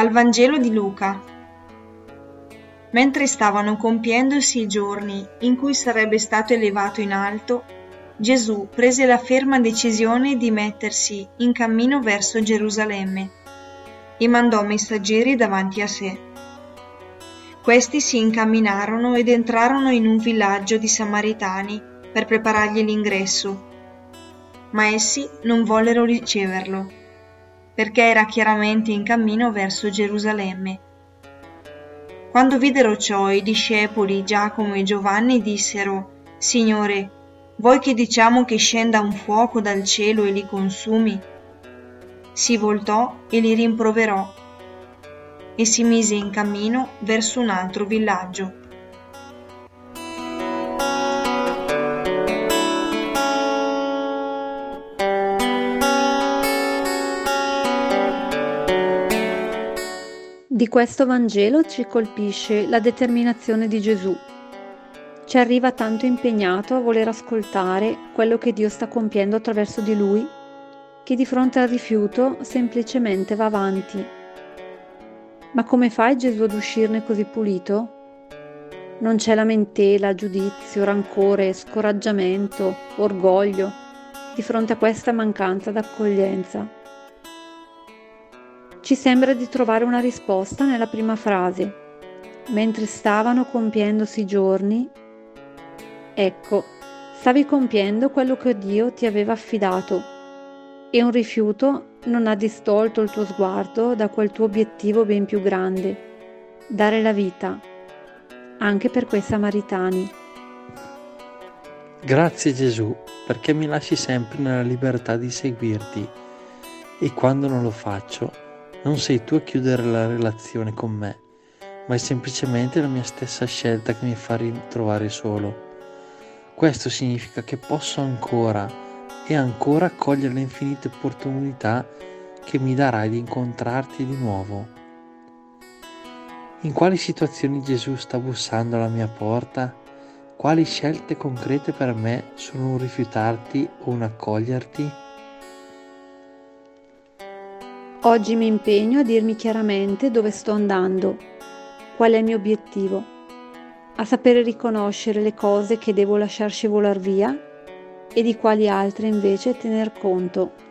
Dal Vangelo di Luca. Mentre stavano compiendosi i giorni in cui sarebbe stato elevato in alto, Gesù prese la ferma decisione di mettersi in cammino verso Gerusalemme e mandò messaggeri davanti a sé. Questi si incamminarono ed entrarono in un villaggio di Samaritani per preparargli l'ingresso, ma essi non vollero riceverlo, perché era chiaramente in cammino verso Gerusalemme. Quando videro ciò, i discepoli Giacomo e Giovanni dissero: «Signore, vuoi che diciamo che scenda un fuoco dal cielo e li consumi?» Si voltò e li rimproverò e si mise in cammino verso un altro villaggio. Di questo Vangelo ci colpisce la determinazione di Gesù. Ci arriva tanto impegnato a voler ascoltare quello che Dio sta compiendo attraverso di lui, che di fronte al rifiuto semplicemente va avanti. Ma come fa Gesù ad uscirne così pulito? Non c'è lamentela, giudizio, rancore, scoraggiamento, orgoglio di fronte a questa mancanza d'accoglienza. Ci sembra di trovare una risposta nella prima frase. Mentre stavano compiendosi i giorni, ecco, stavi compiendo quello che Dio ti aveva affidato e un rifiuto non ha distolto il tuo sguardo da quel tuo obiettivo ben più grande, dare la vita, anche per quei samaritani. Grazie Gesù, perché mi lasci sempre nella libertà di seguirti e quando non lo faccio, non sei tu a chiudere la relazione con me, ma è semplicemente la mia stessa scelta che mi fa ritrovare solo. Questo significa che posso ancora e ancora cogliere le infinite opportunità che mi darai di incontrarti di nuovo. In quali situazioni Gesù sta bussando alla mia porta? Quali scelte concrete per me sono un rifiutarti o un accoglierti? Oggi mi impegno a dirmi chiaramente dove sto andando, qual è il mio obiettivo, a sapere riconoscere le cose che devo lasciar scivolar via e di quali altre invece tener conto.